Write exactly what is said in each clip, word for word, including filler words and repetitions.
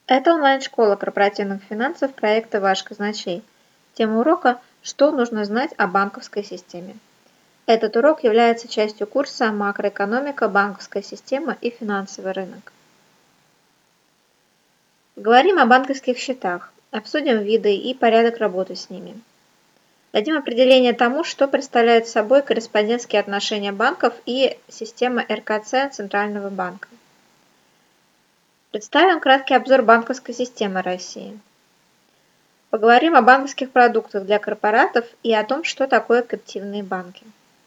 Это онлайн-школа корпоративных финансов проекта «Ваш казначей». Тема урока «Что нужно знать о банковской системе?». Этот урок является частью курса «Макроэкономика, банковская система и финансовый рынок». Говорим о банковских счетах, обсудим виды и порядок работы с ними. Дадим определение тому, что представляют собой корреспондентские отношения банков и система эр ка цэ Центрального банка. Представим краткий обзор банковской системы России. Поговорим о банковских продуктах для корпоратов и о том, что такое кэптивные банки.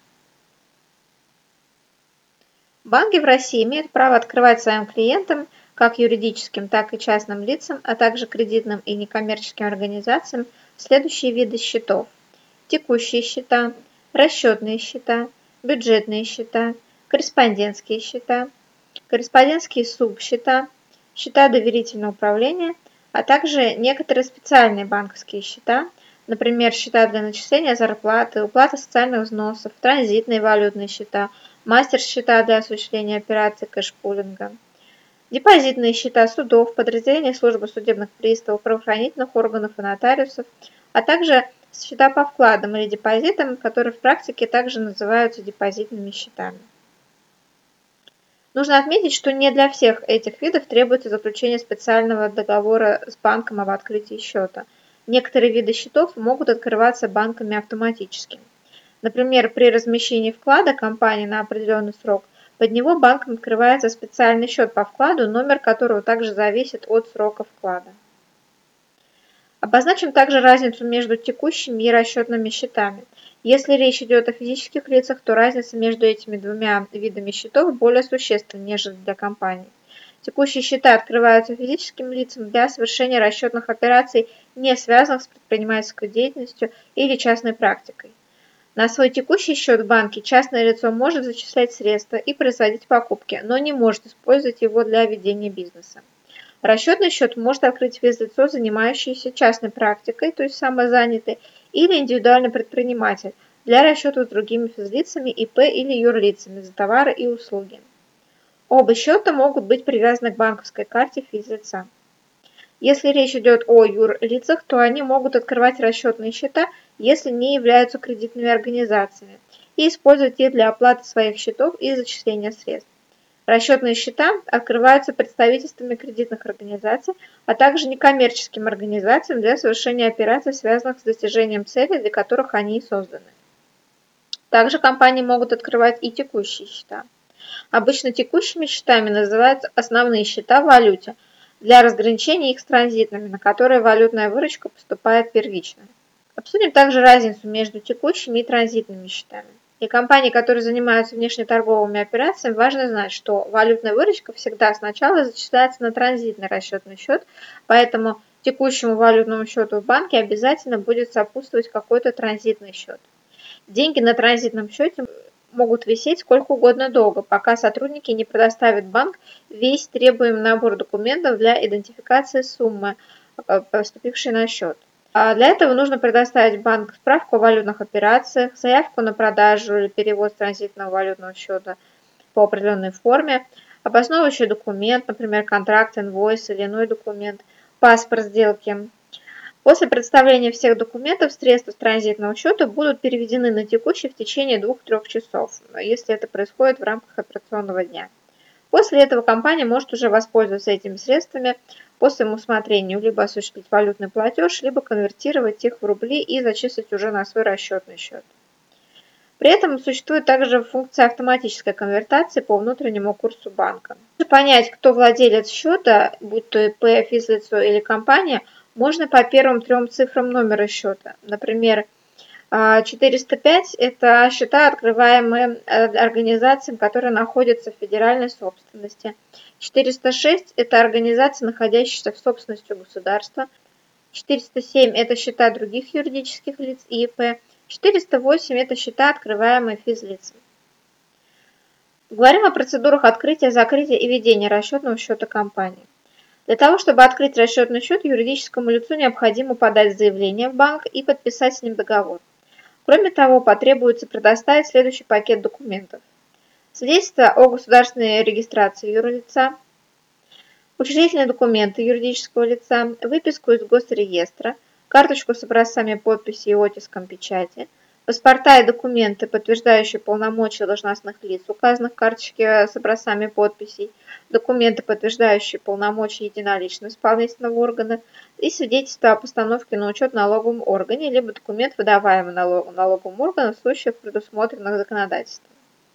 Банки в России имеют право открывать своим клиентам, как юридическим, так и частным лицам, а также кредитным и некоммерческим организациям, следующие виды счетов: текущие счета, расчетные счета, бюджетные счета, корреспондентские счета, корреспондентские субсчета, счета доверительного управления, а также некоторые специальные банковские счета, например, счета для начисления зарплаты, уплаты социальных взносов, транзитные валютные счета, мастер-счета для осуществления операций кэшпулинга, депозитные счета судов, подразделений службы судебных приставов, правоохранительных органов и нотариусов, а также счета по вкладам или депозитам, которые в практике также называются депозитными счетами. Нужно отметить, что не для всех этих видов требуется заключение специального договора с банком об открытии счета. Некоторые виды счетов могут открываться банками автоматически. Например, при размещении вклада компании на определенный срок под него банком открывается специальный счет по вкладу, номер которого также зависит от срока вклада. Обозначим также разницу между текущими и расчетными счетами. Если речь идет о физических лицах, то разница между этими двумя видами счетов более существенна, нежели для компаний. Текущие счета открываются физическим лицам для совершения расчетных операций, не связанных с предпринимательской деятельностью или частной практикой. На свой текущий счет в банке частное лицо может зачислять средства и производить покупки, но не может использовать его для ведения бизнеса. Расчетный счет может открыть физлицо, занимающееся частной практикой, то есть самозанятый, или индивидуальный предприниматель для расчета с другими физлицами, и пэ или юрлицами за товары и услуги. Оба счета могут быть привязаны к банковской карте физлица. Если речь идет о юрлицах, то они могут открывать расчетные счета, если не являются кредитными организациями, и использовать их для оплаты своих счетов и зачисления средств. Расчетные счета открываются представительствами кредитных организаций, а также некоммерческим организациям для совершения операций, связанных с достижением целей, для которых они и созданы. Также компании могут открывать и текущие счета. Обычно текущими счетами называются основные счета в валюте для разграничения их с транзитными, на которые валютная выручка поступает первично. Обсудим также разницу между текущими и транзитными счетами. Для компаний, которые занимаются внешнеторговыми операциями, важно знать, что валютная выручка всегда сначала зачисляется на транзитный расчетный счет, поэтому текущему валютному счету в банке обязательно будет сопутствовать какой-то транзитный счет. Деньги на транзитном счете могут висеть сколько угодно долго, пока сотрудники не предоставят в банк весь требуемый набор документов для идентификации суммы, поступившей на счет. А для этого нужно предоставить в банк справку о валютных операциях, заявку на продажу или перевод с транзитного валютного счета по определенной форме, обосновывающий документ, например, контракт, инвойс или иной документ, паспорт сделки. После представления всех документов средства с транзитного счета будут переведены на текущий в течение двух-трёх часов, если это происходит в рамках операционного дня. После этого компания может уже воспользоваться этими средствами по своему усмотрению, либо осуществить валютный платеж, либо конвертировать их в рубли и зачислить уже на свой расчетный счет. При этом существует также функция автоматической конвертации по внутреннему курсу банка. Чтобы понять, кто владелец счета, будь то и пэ, физлицо или компания, можно по первым трем цифрам номера счета. Например, четыреста пять – это счета, открываемые организациям, которые находятся в федеральной собственности. четыреста шесть – это организации, находящиеся в собственности государства. четыреста семь – это счета других юридических лиц и и пэ. четыреста восемь – это счета, открываемые физлицами. Говорим о процедурах открытия, закрытия и ведения расчетного счета компании. Для того, чтобы открыть расчетный счет, юридическому лицу необходимо подать заявление в банк и подписать с ним договор. Кроме того, потребуется предоставить следующий пакет документов: свидетельство о государственной регистрации юрлица, учредительные документы юридического лица, выписку из госреестра, карточку с образцами подписи и оттиском печати, паспорта и документы, подтверждающие полномочия должностных лиц, указанных в карточке с образцами подписей, документы, подтверждающие полномочия единоличного исполнительного органа и свидетельство о постановке на учет в налоговом органе, либо документ, выдаваемый налоговым органом в случаях, предусмотренных законодательством.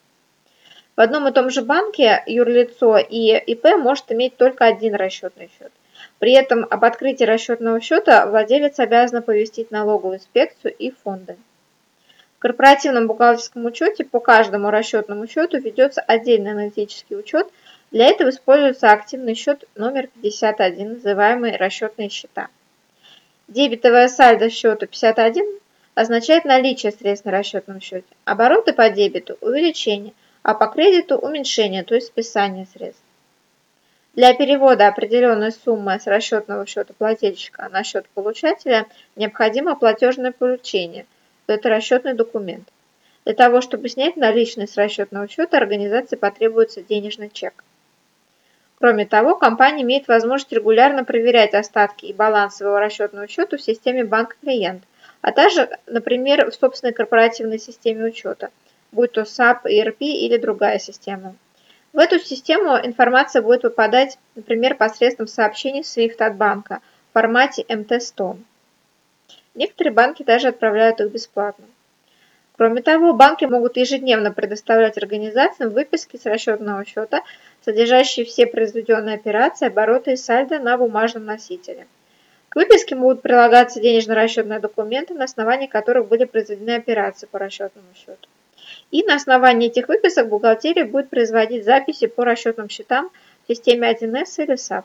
В одном и том же банке юрлицо и ИП может иметь только один расчетный счет. При этом об открытии расчетного счета владелец обязан оповестить налоговую инспекцию и фонды. В корпоративном бухгалтерском учете по каждому расчетному счету ведется отдельный аналитический учет. Для этого используется активный счет номер пятьдесят один, называемый расчетные счета. Дебетовое сальдо счета пятьдесят один означает наличие средств на расчетном счете. Обороты по дебету – увеличение, а по кредиту – уменьшение, то есть списание средств. Для перевода определенной суммы с расчетного счета плательщика на счет получателя необходимо платежное поручение. Это расчетный документ. Для того, чтобы снять наличные с расчетного счета, организации потребуется денежный чек. Кроме того, компания имеет возможность регулярно проверять остатки и баланс своего расчетного счета в системе банк-клиент, а также, например, в собственной корпоративной системе учета, будь то сап, и эр пи или другая система. В эту систему информация будет попадать, например, посредством сообщений свифт от банка в формате эм тэ сто. Некоторые банки даже отправляют их бесплатно. Кроме того, банки могут ежедневно предоставлять организациям выписки с расчетного счета, содержащие все произведенные операции, обороты и сальдо на бумажном носителе. К выписке могут прилагаться денежно-расчетные документы, на основании которых были произведены операции по расчетному счету. И на основании этих выписок бухгалтерия будет производить записи по расчетным счетам в системе один эс или сап.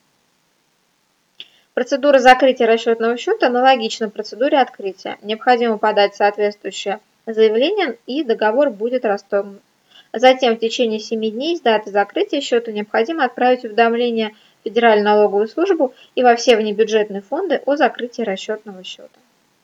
Процедура закрытия расчетного счета аналогична процедуре открытия. Необходимо подать соответствующее заявление, и договор будет расторгнут. Затем в течение семи дней с даты закрытия счета необходимо отправить уведомление в Федеральную налоговую службу и во все внебюджетные фонды о закрытии расчетного счета.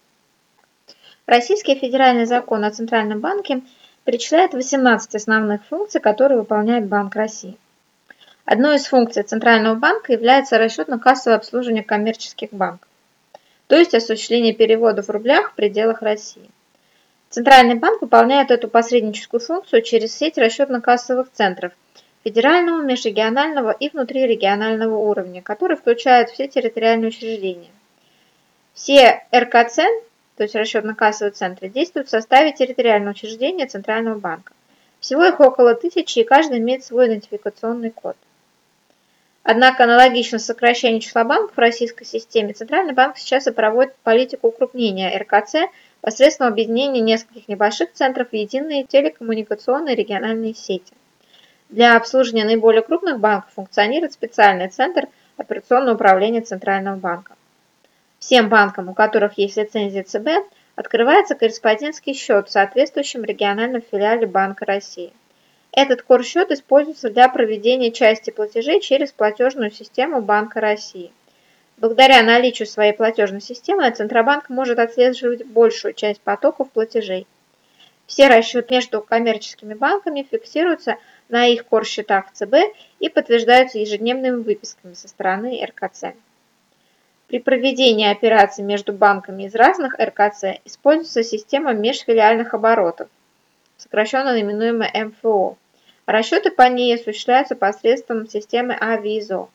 Российский федеральный закон о Центральном банке перечисляет восемнадцать основных функций, которые выполняет Банк России. Одной из функций Центрального банка является расчетно-кассовое обслуживание коммерческих банков, то есть осуществление переводов в рублях в пределах России. Центральный банк выполняет эту посредническую функцию через сеть расчетно-кассовых центров федерального, межрегионального и внутрирегионального уровня, которые включают все территориальные учреждения. Все эр ка цэ, то есть расчетно-кассовые центры, действуют в составе территориального учреждения Центрального банка. Всего их около тысячи, и каждый имеет свой идентификационный код. Однако аналогично сокращению числа банков в российской системе, Центральный банк сейчас и проводит политику укрупнения эр ка цэ посредством объединения нескольких небольших центров в единые телекоммуникационные региональные сети. Для обслуживания наиболее крупных банков функционирует специальный центр операционного управления Центрального банка. Всем банкам, у которых есть лицензия цэ бэ, открывается корреспондентский счет в соответствующем региональном филиале Банка России. Этот корсчет используется для проведения части платежей через платежную систему Банка России. Благодаря наличию своей платежной системы Центробанк может отслеживать большую часть потоков платежей. Все расчеты между коммерческими банками фиксируются на их корсчетах цэ бэ и подтверждаются ежедневными выписками со стороны эр ка цэ. При проведении операций между банками из разных эр ка цэ используется система межфилиальных оборотов, сокращенно именуемая эм эф о. Расчеты по ней осуществляются посредством системы АВИЗО.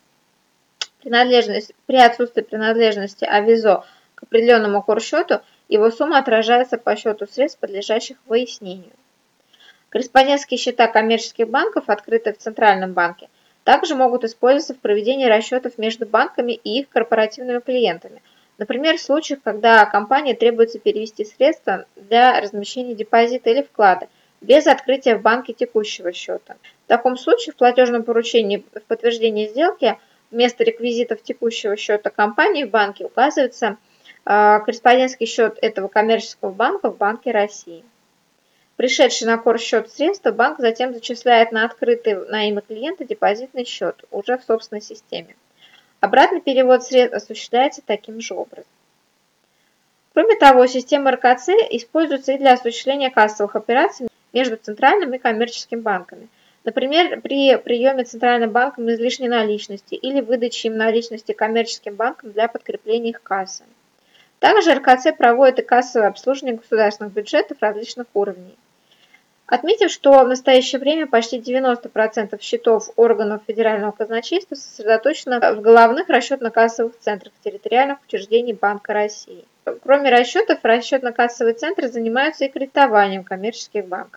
При отсутствии принадлежности АВИЗО к определенному корсчету, его сумма отражается по счету средств, подлежащих выяснению. Корреспондентские счета коммерческих банков, открытые в Центральном банке, также могут использоваться в проведении расчетов между банками и их корпоративными клиентами. Например, в случаях, когда компании требуется перевести средства для размещения депозита или вклада без открытия в банке текущего счета. В таком случае в платежном поручении в подтверждении сделки вместо реквизитов текущего счета компании в банке указывается э, корреспондентский счет этого коммерческого банка в Банке России. Пришедший на корсчет средства банк затем зачисляет на открытый на имя клиента депозитный счет уже в собственной системе. Обратный перевод средств осуществляется таким же образом. Кроме того, система эр ка цэ используется и для осуществления кассовых операций между центральным и коммерческими банками. Например, при приеме Центральным банком излишней наличности или выдаче им наличности коммерческим банкам для подкрепления их кассы. Также эр ка цэ проводит и кассовое обслуживание государственных бюджетов различных уровней. Отметим, что в настоящее время почти девяносто процентов счетов органов федерального казначейства сосредоточено в головных расчетно-кассовых центрах территориальных учреждений Банка России. Кроме расчетов, расчетно-кассовые центры занимаются и кредитованием коммерческих банков.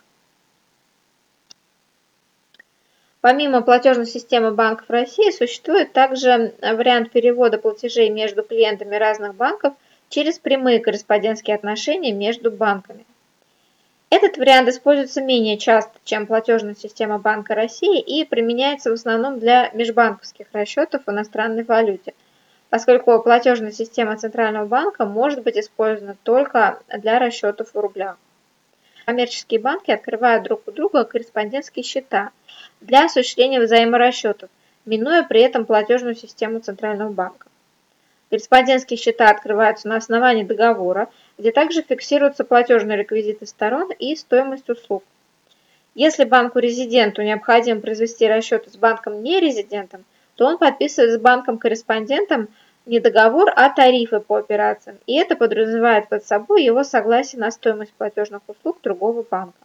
Помимо платежной системы банков России, существует также вариант перевода платежей между клиентами разных банков через прямые корреспондентские отношения между банками. Этот вариант используется менее часто, чем платежная система Банка России и применяется в основном для межбанковских расчетов в иностранной валюте, поскольку платежная система Центрального банка может быть использована только для расчетов в рублях. Коммерческие банки открывают друг у друга корреспондентские счета для осуществления взаиморасчетов, минуя при этом платежную систему Центрального банка. Корреспондентские счета открываются на основании договора, где также фиксируются платежные реквизиты сторон и стоимость услуг. Если банку-резиденту необходимо произвести расчеты с банком-нерезидентом, то он подписывает с банком-корреспондентом не договор, а тарифы по операциям, и это подразумевает под собой его согласие на стоимость платежных услуг другого банка.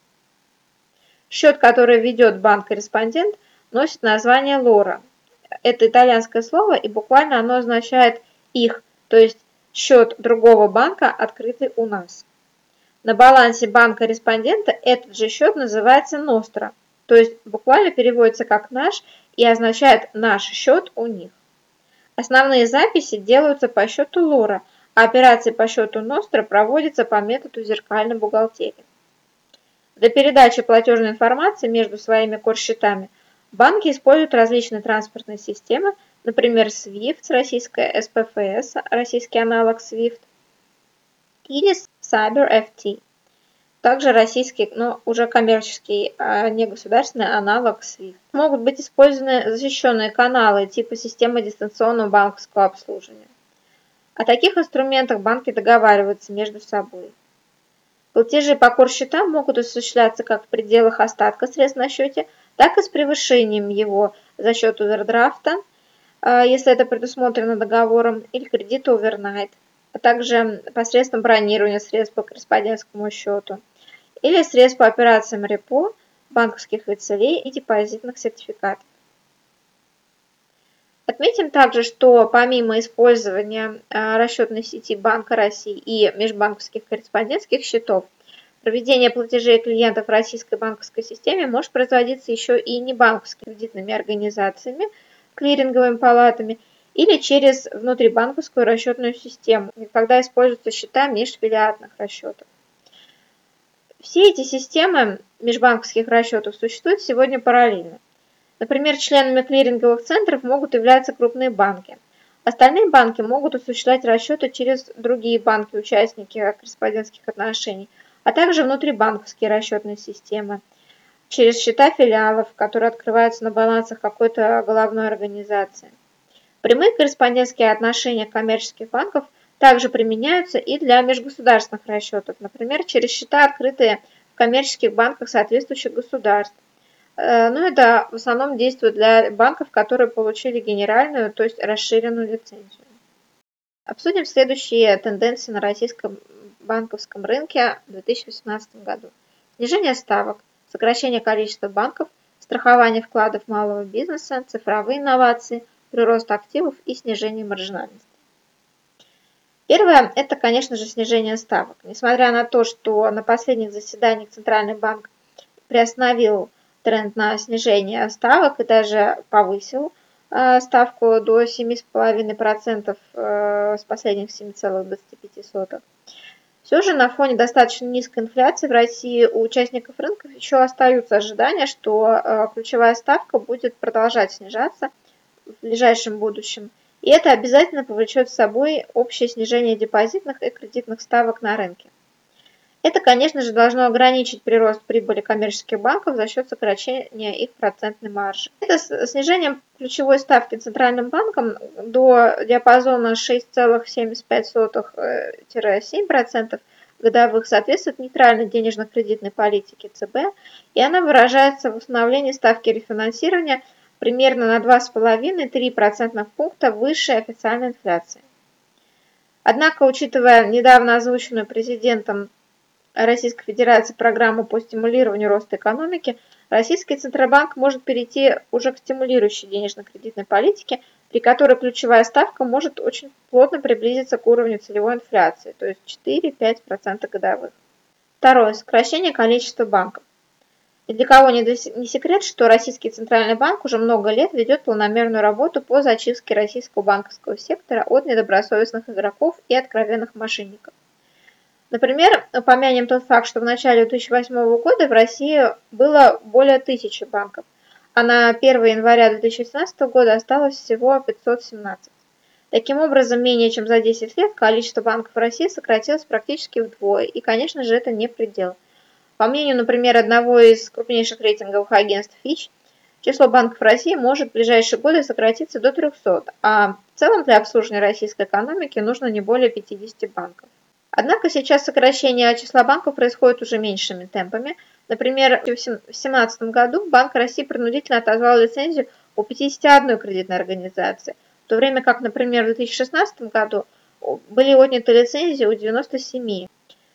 Счет, который ведет банк-корреспондент, носит название лора. Это итальянское слово, и буквально оно означает «их», то есть счет другого банка, открытый у нас. На балансе банка-корреспондента этот же счет называется «ностра», то есть буквально переводится как «наш» и означает «наш счет у них». Основные записи делаются по счету лора, а операции по счету ностра проводятся по методу зеркальной бухгалтерии. Для передачи платежной информации между своими корсчетами банки используют различные транспортные системы, например, свифт, российская эс пэ эф эс, российский аналог свифт, или CyberFT, также российский, но уже коммерческий, а не государственный аналог свифт. Могут быть использованы защищенные каналы типа системы дистанционного банковского обслуживания. О таких инструментах банки договариваются между собой. Платежи по корсчетам могут осуществляться как в пределах остатка средств на счете, так и с превышением его за счет овердрафта, если это предусмотрено договором, или кредита овернайт, а также посредством бронирования средств по корреспондентскому счету, или средств по операциям репо, банковских векселей и депозитных сертификатов. Отметим также, что помимо использования расчетной сети Банка России и межбанковских корреспондентских счетов, проведение платежей клиентов в российской банковской системе может производиться еще и небанковскими кредитными организациями, клиринговыми палатами или через внутрибанковскую расчетную систему, когда используются счета межфилиальных расчетов. Все эти системы межбанковских расчетов существуют сегодня параллельно. Например, членами клиринговых центров могут являться крупные банки. Остальные банки могут осуществлять расчеты через другие банки-участники корреспондентских отношений, а также внутрибанковские расчетные системы, через счета филиалов, которые открываются на балансах какой-то головной организации. Прямые корреспондентские отношения коммерческих банков также применяются и для межгосударственных расчетов, например, через счета, открытые в коммерческих банках соответствующих государств. Но это в основном действует для банков, которые получили генеральную, то есть расширенную лицензию. Обсудим следующие тенденции на российском банковском рынке в две тысячи восемнадцатом году. Снижение ставок, сокращение количества банков, страхование вкладов малого бизнеса, цифровые инновации, прирост активов и снижение маржинальности. Первое – это, конечно же, снижение ставок. Несмотря на то, что на последних заседаниях Центральный банк приостановил тренд на снижение ставок и даже повысил э, ставку до семи целых пяти десятых процента э, с последних семи целых двадцати пяти сотых. Все же на фоне достаточно низкой инфляции в России у участников рынка еще остаются ожидания, что э, ключевая ставка будет продолжать снижаться в ближайшем будущем, и это обязательно повлечет с собой общее снижение депозитных и кредитных ставок на рынке. Это, конечно же, должно ограничить прирост прибыли коммерческих банков за счет сокращения их процентной маржи. Это снижение ключевой ставки Центральным банком до диапазона шесть целых семьдесят пять сотых - семь процентов годовых соответствует нейтральной денежно-кредитной политике ЦБ, и она выражается в установлении ставки рефинансирования примерно на два с половиной — три процентных пункта выше официальной инфляции. Однако, учитывая недавно озвученную президентом Российской Федерации программу по стимулированию роста экономики, Российский Центробанк может перейти уже к стимулирующей денежно-кредитной политике, при которой ключевая ставка может очень плотно приблизиться к уровню целевой инфляции, то есть четыре-пять процентов годовых. Второе. Сокращение количества банков. Ни для кого не секрет, что Российский Центральный банк уже много лет ведет планомерную работу по зачистке российского банковского сектора от недобросовестных игроков и откровенных мошенников. Например, упомянем тот факт, что в начале две тысячи восьмого года в России было более тысячи банков, а на первое января две тысячи семнадцатого года осталось всего пятьсот семнадцать. Таким образом, менее чем за десять лет количество банков в России сократилось практически вдвое, и, конечно же, это не предел. По мнению, например, одного из крупнейших рейтинговых агентств Fitch, число банков России может в ближайшие годы сократиться до трёхсот, а в целом для обслуживания российской экономики нужно не более пятидесяти банков. Однако сейчас сокращение числа банков происходит уже меньшими темпами. Например, в две тысячи семнадцатом году Банк России принудительно отозвал лицензию у пятидесяти одной кредитной организации, в то время как, например, в две тысячи шестнадцатом году были отняты лицензии у девяноста семи.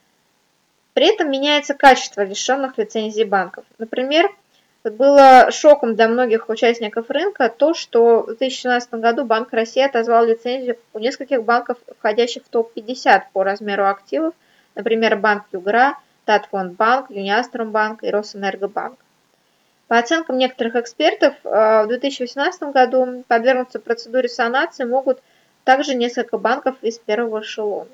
При этом меняется качество лишенных лицензий банков. Например, было шоком для многих участников рынка то, что в две тысячи семнадцатом году Банк России отозвал лицензию у нескольких банков, входящих в топ пятьдесят по размеру активов, например, Банк Югра, Татфондбанк, Юниастромбанк и Росэнергобанк. По оценкам некоторых экспертов, в две тысячи восемнадцатом году подвергнуться процедуре санации могут также несколько банков из первого эшелона.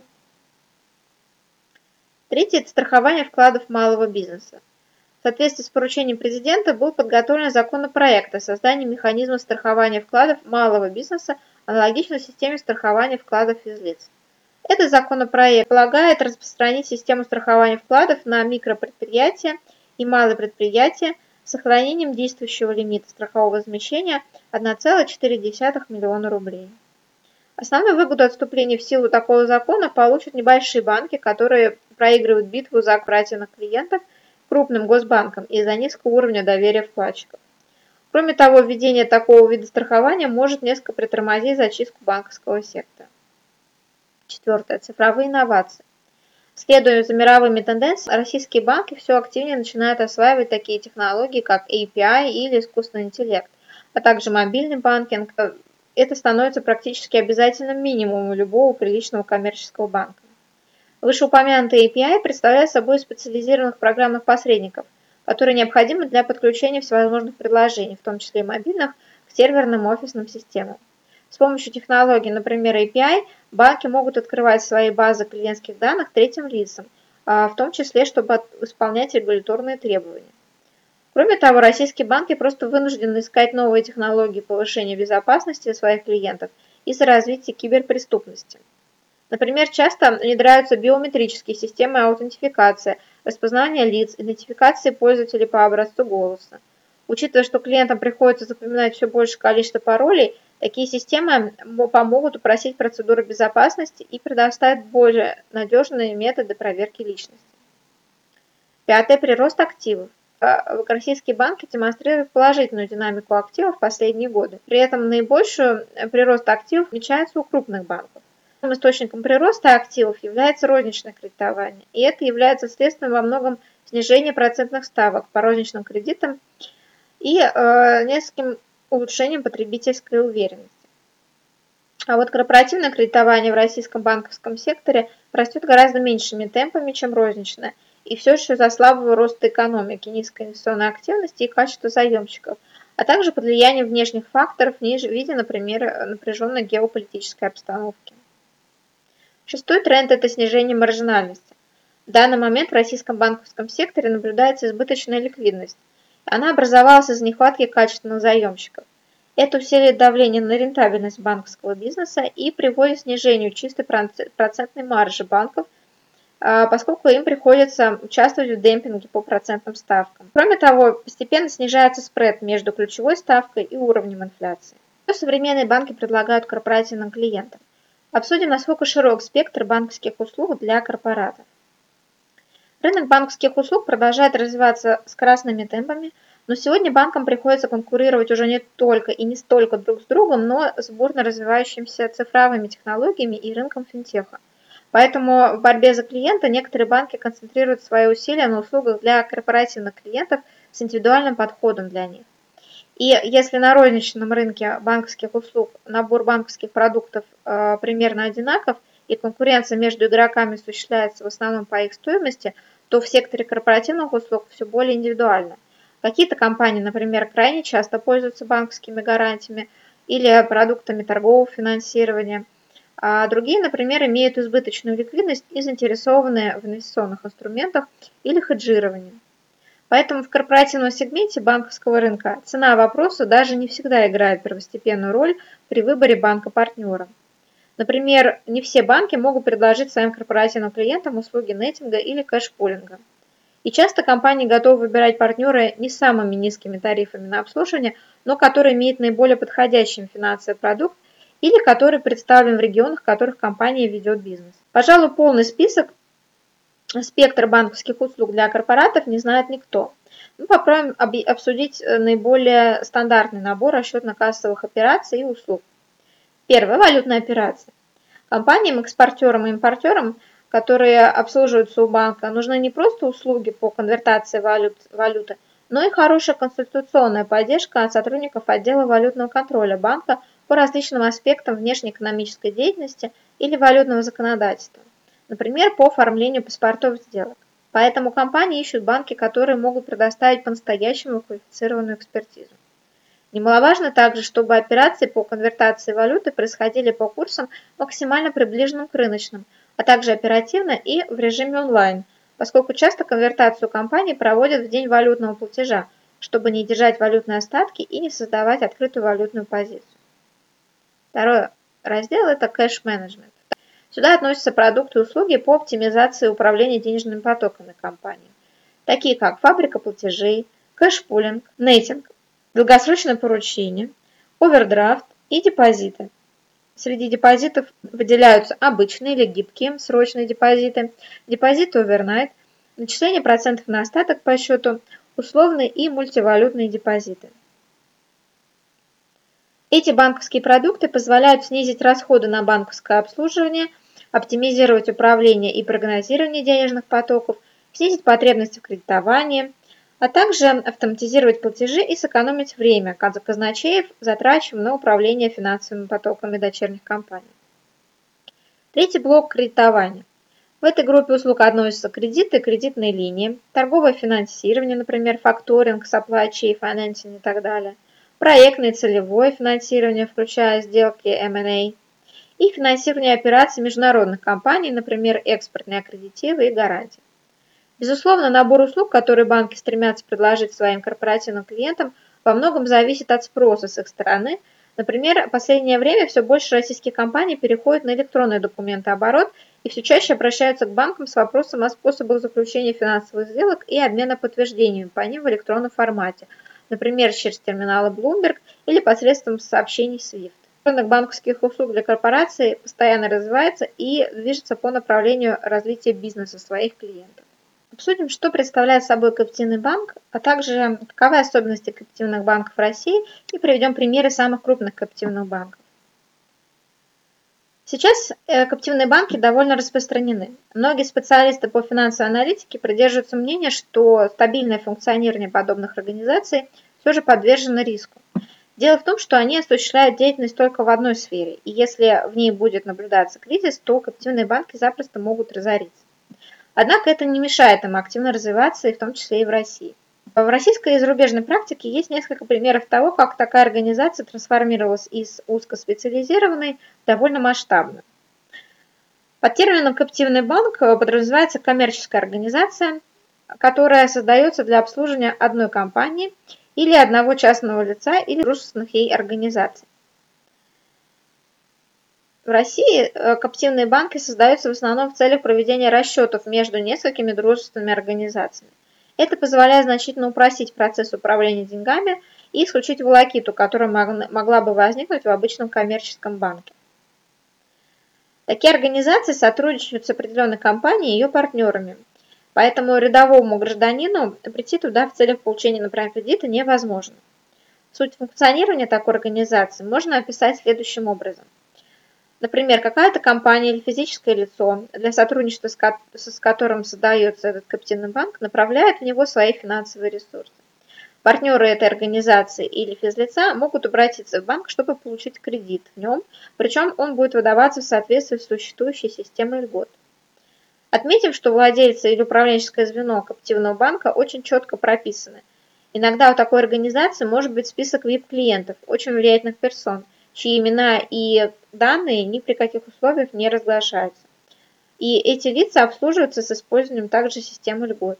Третье – это страхование вкладов малого бизнеса. В соответствии с поручением президента был подготовлен законопроект о создании механизма страхования вкладов малого бизнеса, аналогично системе страхования вкладов физлиц. Этот законопроект предлагает распространить систему страхования вкладов на микропредприятия и малые предприятия с сохранением действующего лимита страхового возмещения одна целая четыре десятых миллиона рублей. Основную выгоду от вступления в силу такого закона получат небольшие банки, которые проигрывают битву за корпоративных клиентов крупным госбанкам из-за низкого уровня доверия вкладчиков. Кроме того, введение такого вида страхования может несколько притормозить зачистку банковского сектора. Четвертое. Цифровые инновации. Следуя за мировыми тенденциями, российские банки все активнее начинают осваивать такие технологии, как эй пи ай или искусственный интеллект, а также мобильный банкинг. Это становится практически обязательным минимумом любого приличного коммерческого банка. Вышеупомянутый эй пи ай представляет собой специализированных программных посредников, которые необходимы для подключения всевозможных приложений, в том числе и мобильных, к серверным офисным системам. С помощью технологий, например, эй пи ай, банки могут открывать свои базы клиентских данных третьим лицам, в том числе, чтобы исполнять регуляторные требования. Кроме того, российские банки просто вынуждены искать новые технологии повышения безопасности своих клиентов из-за развития киберпреступности. Например, часто внедряются биометрические системы аутентификации, распознавания лиц, идентификации пользователей по образцу голоса. Учитывая, что клиентам приходится запоминать все большее количество паролей, такие системы помогут упростить процедуры безопасности и предоставят более надежные методы проверки личности. Пятое. Прирост активов. Российские банки демонстрируют положительную динамику активов в последние годы. При этом наибольший прирост активов отмечается у крупных банков. Источником прироста активов является розничное кредитование, и это является следствием во многом снижения процентных ставок по розничным кредитам и э, нескольким улучшением потребительской уверенности. А вот корпоративное кредитование в российском банковском секторе растет гораздо меньшими темпами, чем розничное, и все еще из-за слабого роста экономики, низкой инвестиционной активности и качества заемщиков, а также под влиянием внешних факторов в виде, например, напряженной геополитической обстановки. Шестой тренд – это снижение маржинальности. В данный момент в российском банковском секторе наблюдается избыточная ликвидность. Она образовалась из нехватки качественных заемщиков. Это усиливает давление на рентабельность банковского бизнеса и приводит к снижению чистой процентной маржи банков, поскольку им приходится участвовать в демпинге по процентным ставкам. Кроме того, постепенно снижается спред между ключевой ставкой и уровнем инфляции. Что современные банки предлагают корпоративным клиентам? Обсудим, насколько широк спектр банковских услуг для корпоратов. Рынок банковских услуг продолжает развиваться с красными темпами, но сегодня банкам приходится конкурировать уже не только и не столько друг с другом, но с бурно развивающимися цифровыми технологиями и рынком финтеха. Поэтому в борьбе за клиента некоторые банки концентрируют свои усилия на услугах для корпоративных клиентов с индивидуальным подходом для них. И если на розничном рынке банковских услуг набор банковских продуктов э, примерно одинаков и конкуренция между игроками осуществляется в основном по их стоимости, то в секторе корпоративных услуг все более индивидуально. Какие-то компании, например, крайне часто пользуются банковскими гарантиями или продуктами торгового финансирования, а другие, например, имеют избыточную ликвидность и заинтересованы в инвестиционных инструментах или хеджировании. Поэтому в корпоративном сегменте банковского рынка цена вопроса даже не всегда играет первостепенную роль при выборе банка-партнера. Например, не все банки могут предложить своим корпоративным клиентам услуги неттинга или кэшпулинга. И часто компании готовы выбирать партнера не с самыми низкими тарифами на обслуживание, но который имеет наиболее подходящий финансовый продукт или который представлен в регионах, в которых компания ведет бизнес. Пожалуй, полный список спектр банковских услуг для корпоратов не знает никто. Мы попробуем обсудить наиболее стандартный набор расчетно-кассовых операций и услуг. Первая – валютная операция. Компаниям, экспортерам и импортерам, которые обслуживаются у банка, нужны не просто услуги по конвертации валют, валюты, но и хорошая консультационная поддержка от сотрудников отдела валютного контроля банка по различным аспектам внешнеэкономической деятельности или валютного законодательства. Например, по оформлению паспортов сделок. Поэтому компании ищут банки, которые могут предоставить по-настоящему квалифицированную экспертизу. Немаловажно также, чтобы операции по конвертации валюты происходили по курсам максимально приближенным к рыночным, а также оперативно и в режиме онлайн, поскольку часто конвертацию компании проводят в день валютного платежа, чтобы не держать валютные остатки и не создавать открытую валютную позицию. Второй раздел – это кэш-менеджмент. Сюда относятся продукты и услуги по оптимизации управления денежными потоками компании, такие как фабрика платежей, кэшпулинг, неттинг, долгосрочное поручение, овердрафт и депозиты. Среди депозитов выделяются обычные или гибкие срочные депозиты, депозиты овернайт, начисление процентов на остаток по счету, условные и мультивалютные депозиты. Эти банковские продукты позволяют снизить расходы на банковское обслуживание, оптимизировать управление и прогнозирование денежных потоков, снизить потребности в кредитовании, а также автоматизировать платежи и сэкономить время казначеев, затрачиваем на управление финансовыми потоками дочерних компаний. Третий блок – кредитование. В этой группе услуг относятся кредиты, кредитные линии, торговое финансирование, например, факторинг, supply chain financing и так далее, проектное и целевое финансирование, включая сделки эм энд эй, и финансирование операций международных компаний, например, экспортные аккредитивы и гарантии. Безусловно, набор услуг, которые банки стремятся предложить своим корпоративным клиентам, во многом зависит от спроса с их стороны. Например, в последнее время все больше российских компаний переходят на электронный документооборот и все чаще обращаются к банкам с вопросом о способах заключения финансовых сделок и обмена подтверждениями по ним в электронном формате, например, через терминалы Bloomberg или посредством сообщений свифт. Рынок банковских услуг для корпораций постоянно развивается и движется по направлению развития бизнеса своих клиентов. Обсудим, что представляет собой капитальный банк, а также каковы особенности капитальных банков России и приведем примеры самых крупных капитальных банков. Сейчас капитальные банки довольно распространены. Многие специалисты по финансовой аналитике придерживаются мнения, что стабильное функционирование подобных организаций все же подвержено риску. Дело в том, что они осуществляют деятельность только в одной сфере, и если в ней будет наблюдаться кризис, то капитальные банки запросто могут разориться. Однако это не мешает им активно развиваться, и в том числе и в России. В российской и зарубежной практике есть несколько примеров того, как такая организация трансформировалась из узкоспециализированной в довольно масштабную. Под термином «капитальный банк» подразумевается коммерческая организация, которая создается для обслуживания одной компании или одного частного лица или дружественных ей организаций. В России капитальные банки создаются в основном в целях проведения расчетов между несколькими дружественными организациями. Это позволяет значительно упростить процесс управления деньгами и исключить волокиту, которая могла бы возникнуть в обычном коммерческом банке. Такие организации сотрудничают с определенной компанией и ее партнерами. Поэтому рядовому гражданину прийти туда в целях получения, например, кредита невозможно. Суть функционирования такой организации можно описать следующим образом. Например, какая-то компания или физическое лицо, для сотрудничества с, ко с которым создается этот капитальный банк, направляет в него свои финансовые ресурсы. Партнеры этой организации или физлица могут обратиться в банк, чтобы получить кредит в нем, причем он будет выдаваться в соответствии с существующей системой льгот. Отметим, что владельцы или управленческое звено капитального банка очень четко прописаны. Иногда у такой организации может быть список ви ай пи-клиентов, очень влиятельных персон, чьи имена и данные ни при каких условиях не разглашаются. И эти лица обслуживаются с использованием также системы льгот.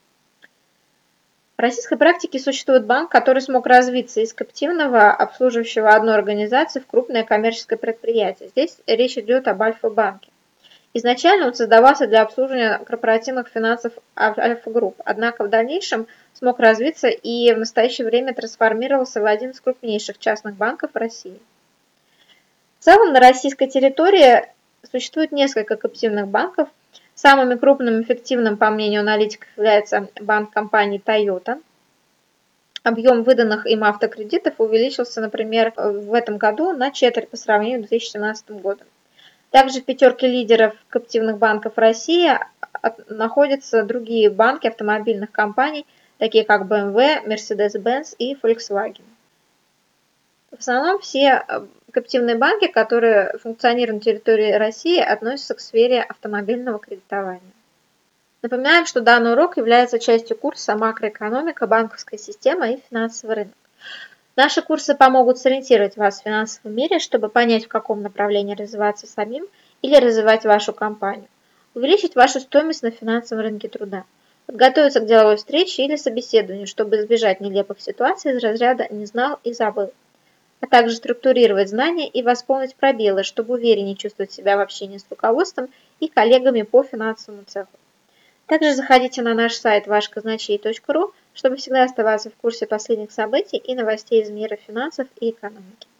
В российской практике существует банк, который смог развиться из каптивного, обслуживающего одну организацию, в крупное коммерческое предприятие. Здесь речь идет об Альфа-банке. Изначально он создавался для обслуживания корпоративных финансов Альфа-групп, однако в дальнейшем смог развиться и в настоящее время трансформировался в один из крупнейших частных банков в России. В целом на российской территории существует несколько капитальных банков. Самым крупным и эффективным, по мнению аналитиков, является банк компании Toyota. Объем выданных им автокредитов увеличился, например, в этом году на четверть по сравнению с две тысячи семнадцатым годом. Также в пятерке лидеров капитальных банков России находятся другие банки автомобильных компаний, такие как бэ эм вэ, Mercedes-Benz и Volkswagen. В основном все капитальные банки, которые функционируют на территории России, относятся к сфере автомобильного кредитования. Напоминаем, что данный урок является частью курса «Макроэкономика, банковская система и финансовый рынок». Наши курсы помогут сориентировать вас в финансовом мире, чтобы понять, в каком направлении развиваться самим или развивать вашу компанию, увеличить вашу стоимость на финансовом рынке труда, подготовиться к деловой встрече или собеседованию, чтобы избежать нелепых ситуаций из разряда «не знал и забыл», а также структурировать знания и восполнить пробелы, чтобы увереннее чувствовать себя в общении с руководством и коллегами по финансовому цеху. Также заходите на наш сайт ваш казначей точка ру, чтобы всегда оставаться в курсе последних событий и новостей из мира финансов и экономики.